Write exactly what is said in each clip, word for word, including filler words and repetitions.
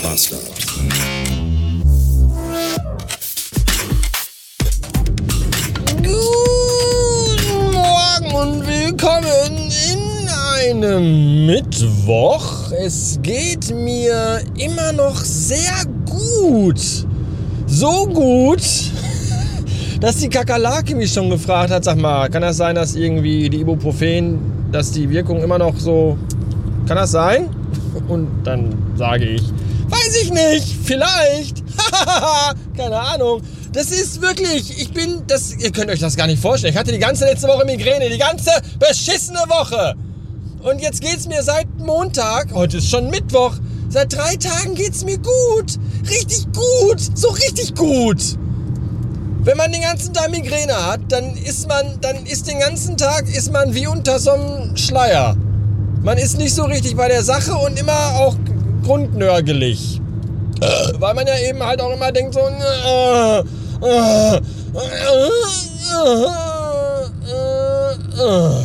Bastard. Guten Morgen und willkommen in einem Mittwoch. Es geht mir immer noch sehr gut. So gut, dass die Kakerlake mich schon gefragt hat, sag mal, kann das sein, dass irgendwie die Ibuprofen, dass die Wirkung immer noch so, kann das sein? Und dann sage ich, weiß ich nicht, vielleicht, keine Ahnung. Das ist wirklich, ich bin, das, ihr könnt euch das gar nicht vorstellen. Ich hatte die ganze letzte Woche Migräne, die ganze beschissene Woche. Und jetzt geht's mir seit Montag, heute ist schon Mittwoch, seit drei Tagen geht's mir gut. Richtig gut, so richtig gut. Wenn man den ganzen Tag Migräne hat, dann ist man, dann ist den ganzen Tag, ist man wie unter so einem Schleier. Man ist nicht so richtig bei der Sache und immer auch grundnörgelig. Äh, weil man ja eben halt auch immer denkt so, äh, äh, äh, äh, äh.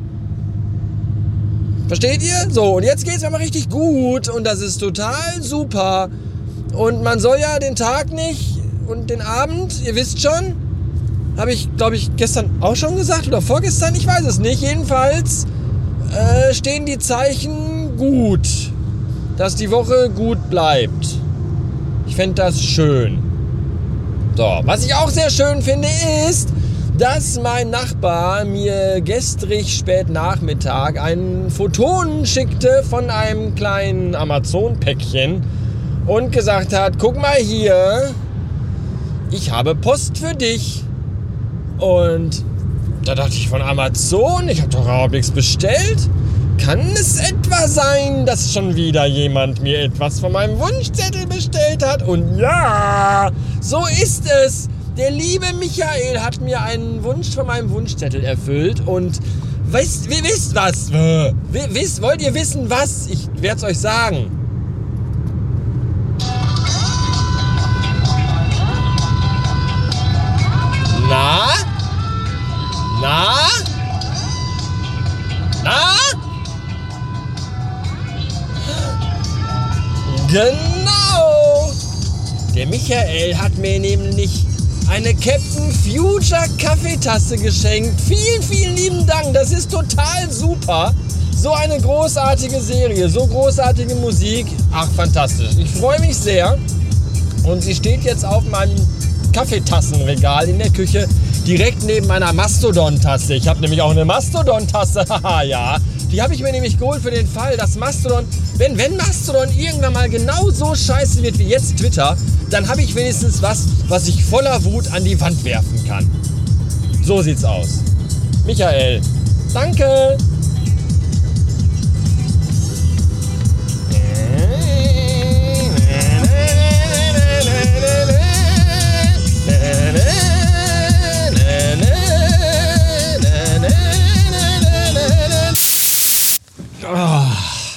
Versteht ihr? So, und jetzt geht's mir mal richtig gut und das ist total super. Und man soll ja den Tag nicht und den Abend, ihr wisst schon, habe ich, glaube ich, gestern auch schon gesagt oder vorgestern, ich weiß es nicht. Jedenfalls äh, stehen die Zeichen gut, dass die Woche gut bleibt. Ich fände das schön. So, was ich auch sehr schön finde, ist, dass mein Nachbar mir gestrig spät Nachmittag einen Photon schickte von einem kleinen Amazon-Päckchen und gesagt hat, guck mal hier, ich habe Post für dich. Und da dachte ich, von Amazon, ich habe doch überhaupt nichts bestellt. Kann es etwa sein, dass schon wieder jemand mir etwas von meinem Wunschzettel bestellt hat? Und ja, so ist es. Der liebe Michael hat mir einen Wunsch von meinem Wunschzettel erfüllt. Und weißt, ihr wisst was? Wisst, wollt ihr wissen was? Ich werde es euch sagen. Na? Na? Na? Genau! Der Michael hat mir nämlich eine Captain Future Kaffeetasse geschenkt. Vielen, vielen lieben Dank. Das ist total super. So eine großartige Serie, so großartige Musik. Ach, fantastisch. Ich freue mich sehr. Und sie steht jetzt auf meinem Kaffeetassenregal in der Küche, direkt neben meiner Mastodon-Tasse. Ich habe nämlich auch eine Mastodon-Tasse. Haha, ja. Die habe ich mir nämlich geholt für den Fall, dass Mastodon, wenn, wenn Mastodon irgendwann mal genau so scheiße wird wie jetzt Twitter, dann habe ich wenigstens was, was ich voller Wut an die Wand werfen kann. So sieht's aus. Michael, danke. Ah.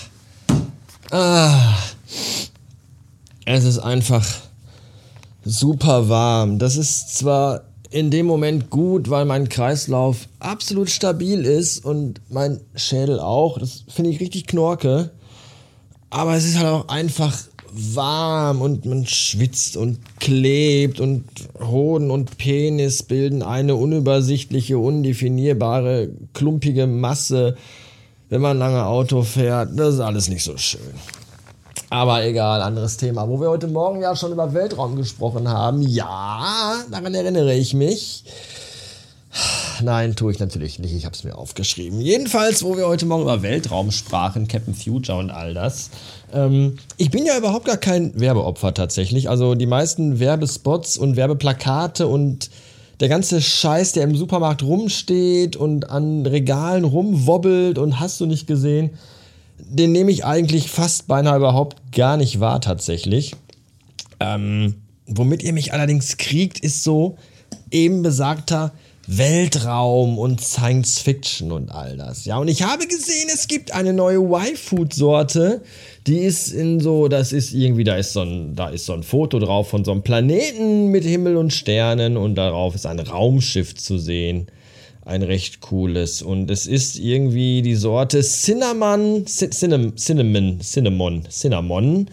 Ah. Es ist einfach super warm. Das ist zwar in dem Moment gut, weil mein Kreislauf absolut stabil ist und mein Schädel auch. Das finde ich richtig knorke. Aber es ist halt auch einfach warm und man schwitzt und klebt und Hoden und Penis bilden eine unübersichtliche, undefinierbare, klumpige Masse, wenn man lange Auto fährt. Das ist alles nicht so schön. Aber egal, anderes Thema. Wo wir heute Morgen ja schon über Weltraum gesprochen haben. Ja, daran erinnere ich mich. Nein, tue ich natürlich nicht. Ich habe es mir aufgeschrieben. Jedenfalls, wo wir heute Morgen über Weltraum sprachen, Captain Future und all das. Ähm, ich bin ja überhaupt gar kein Werbeopfer tatsächlich. Also die meisten Werbespots und Werbeplakate und der ganze Scheiß, der im Supermarkt rumsteht und an Regalen rumwobbelt und hast du nicht gesehen, den nehme ich eigentlich fast beinahe überhaupt gar nicht wahr tatsächlich. Ähm, womit ihr mich allerdings kriegt, ist so eben besagter Weltraum und Science Fiction und all das. Ja, und ich habe gesehen, es gibt eine neue Y-Food-Sorte, die ist in so, das ist irgendwie, da ist so ein, da ist so ein Foto drauf von so einem Planeten mit Himmel und Sternen und darauf ist ein Raumschiff zu sehen. Ein recht cooles. Und es ist irgendwie die Sorte Cinnamon, Cinnamon, Cinnamon, Cinnamon, Cinnamon,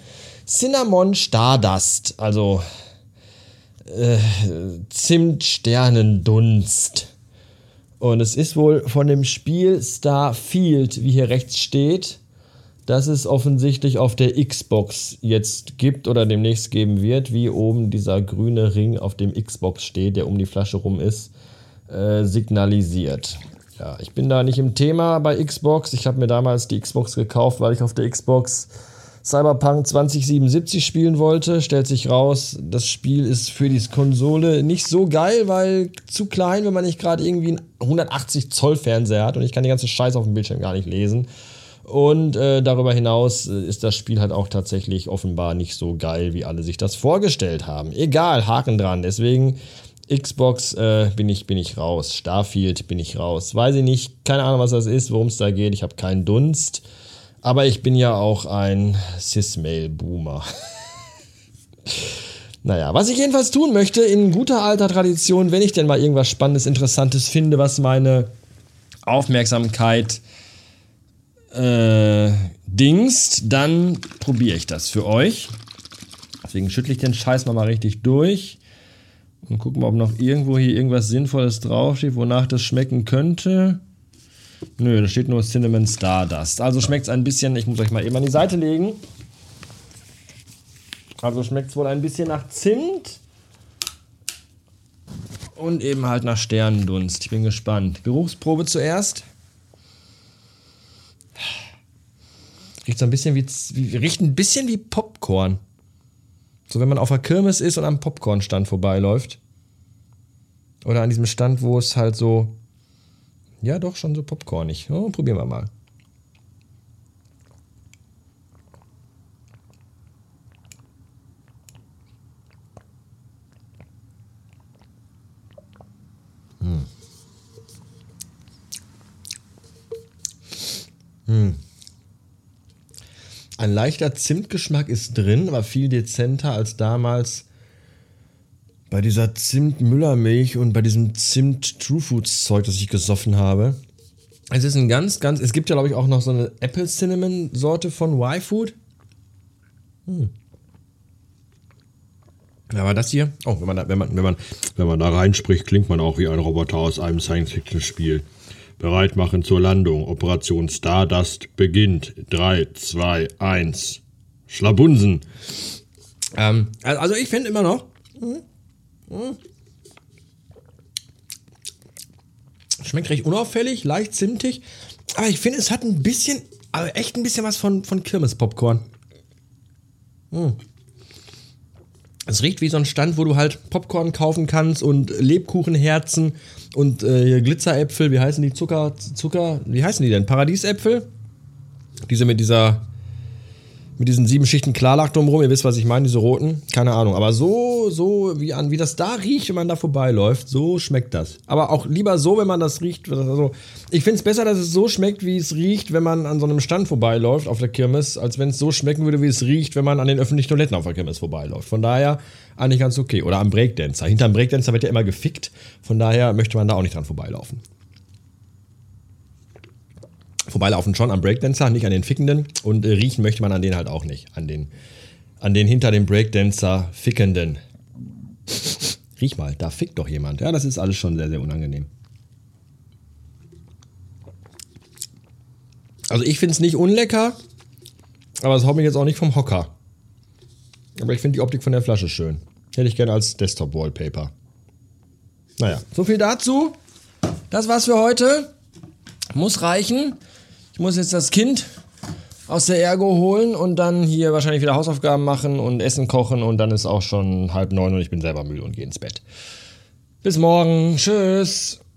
Cinnamon Stardust, also äh, Zimtsternendunst. Und es ist wohl von dem Spiel Starfield, wie hier rechts steht, das es offensichtlich auf der Xbox jetzt gibt oder demnächst geben wird, wie oben dieser grüne Ring auf dem Xbox steht, der um die Flasche rum ist, äh, signalisiert. Ja, ich bin da nicht im Thema bei Xbox. Ich habe mir damals die Xbox gekauft, weil ich auf der Xbox Cyberpunk zwanzig siebenundsiebzig spielen wollte. Stellt sich raus, das Spiel ist für die Konsole nicht so geil, weil zu klein, wenn man nicht gerade irgendwie einen hundertachtzig Zoll Fernseher hat und ich kann die ganze Scheiße auf dem Bildschirm gar nicht lesen. Und äh, darüber hinaus äh, ist das Spiel halt auch tatsächlich offenbar nicht so geil, wie alle sich das vorgestellt haben. Egal, Haken dran. Deswegen Xbox äh, bin ich, bin ich raus. Starfield bin ich raus. Weiß ich nicht, keine Ahnung, was das ist, worum es da geht. Ich habe keinen Dunst. Aber ich bin ja auch ein Cis-Mail-Boomer. Naja, was ich jedenfalls tun möchte, in guter alter Tradition, wenn ich denn mal irgendwas Spannendes, Interessantes finde, was meine Aufmerksamkeit äh, dingst, dann probiere ich das für euch. Deswegen schüttle ich den Scheiß nochmal richtig durch und gucke mal, ob noch irgendwo hier irgendwas Sinnvolles draufsteht, wonach das schmecken könnte. Nö, da steht nur Cinnamon Stardust. Also schmeckt es ein bisschen, ich muss euch mal eben an die Seite legen. Also schmeckt es wohl ein bisschen nach Zimt und eben halt nach Sternendunst. Ich bin gespannt. Geruchsprobe zuerst. Riecht so ein bisschen wie, wie riecht ein bisschen wie Popcorn. So, wenn man auf der Kirmes ist und am Popcornstand vorbeiläuft. Oder an diesem Stand, wo es halt so, ja doch, schon so popcornig. Oh, probieren wir mal. Hm. Hm. Ein leichter Zimtgeschmack ist drin, aber viel dezenter als damals bei dieser Zimt-Müllermilch und bei diesem Zimt-True-Foods-Zeug, das ich gesoffen habe. Es ist ein ganz, ganz... Es gibt ja, glaube ich, auch noch so eine Apple-Cinnamon-Sorte von Y-Food. Hm. Aber das hier... Oh, wenn man, da, wenn, man, wenn, man, wenn man da reinspricht, klingt man auch wie ein Roboter aus einem Science-Fiction-Spiel. Bereit machen zur Landung. Operation Stardust beginnt. drei, zwei, eins. Schlabunsen. Ähm, also ich finde immer noch... Hm, hm, schmeckt recht unauffällig, leicht zimtig. Aber ich finde, es hat ein bisschen... Aber echt ein bisschen was von, von Kirmes-Popcorn. Hm. Es riecht wie so ein Stand, wo du halt Popcorn kaufen kannst und Lebkuchenherzen und äh, Glitzeräpfel, wie heißen die? Zucker, Zucker, wie heißen die denn? Paradiesäpfel? Diese mit dieser, mit diesen sieben Schichten Klarlack drumherum, ihr wisst, was ich meine, diese roten, keine Ahnung. Aber so, so, wie, an, wie das da riecht, wenn man da vorbeiläuft, so schmeckt das. Aber auch lieber so, wenn man das riecht, also ich finde es besser, dass es so schmeckt, wie es riecht, wenn man an so einem Stand vorbeiläuft auf der Kirmes, als wenn es so schmecken würde, wie es riecht, wenn man an den öffentlichen Toiletten auf der Kirmes vorbeiläuft. Von daher eigentlich ganz okay. Oder am Breakdancer. Hinterm Breakdancer wird ja immer gefickt, von daher möchte man da auch nicht dran vorbeilaufen. Vorbeilaufen schon am Breakdancer, nicht an den Fickenden. Und äh, riechen möchte man an denen halt auch nicht. An den, an den hinter dem Breakdancer Fickenden. Riech mal, da fickt doch jemand. Ja, das ist alles schon sehr, sehr unangenehm. Also ich finde es nicht unlecker, aber es haut mich jetzt auch nicht vom Hocker. Aber ich finde die Optik von der Flasche schön. Hätte ich gerne als Desktop-Wallpaper. Naja, so viel dazu. Das war's für heute. Muss reichen. Ich muss jetzt das Kind aus der Ergo holen und dann hier wahrscheinlich wieder Hausaufgaben machen und Essen kochen und dann ist auch schon halb neun und ich bin selber müde und gehe ins Bett. Bis morgen. Tschüss.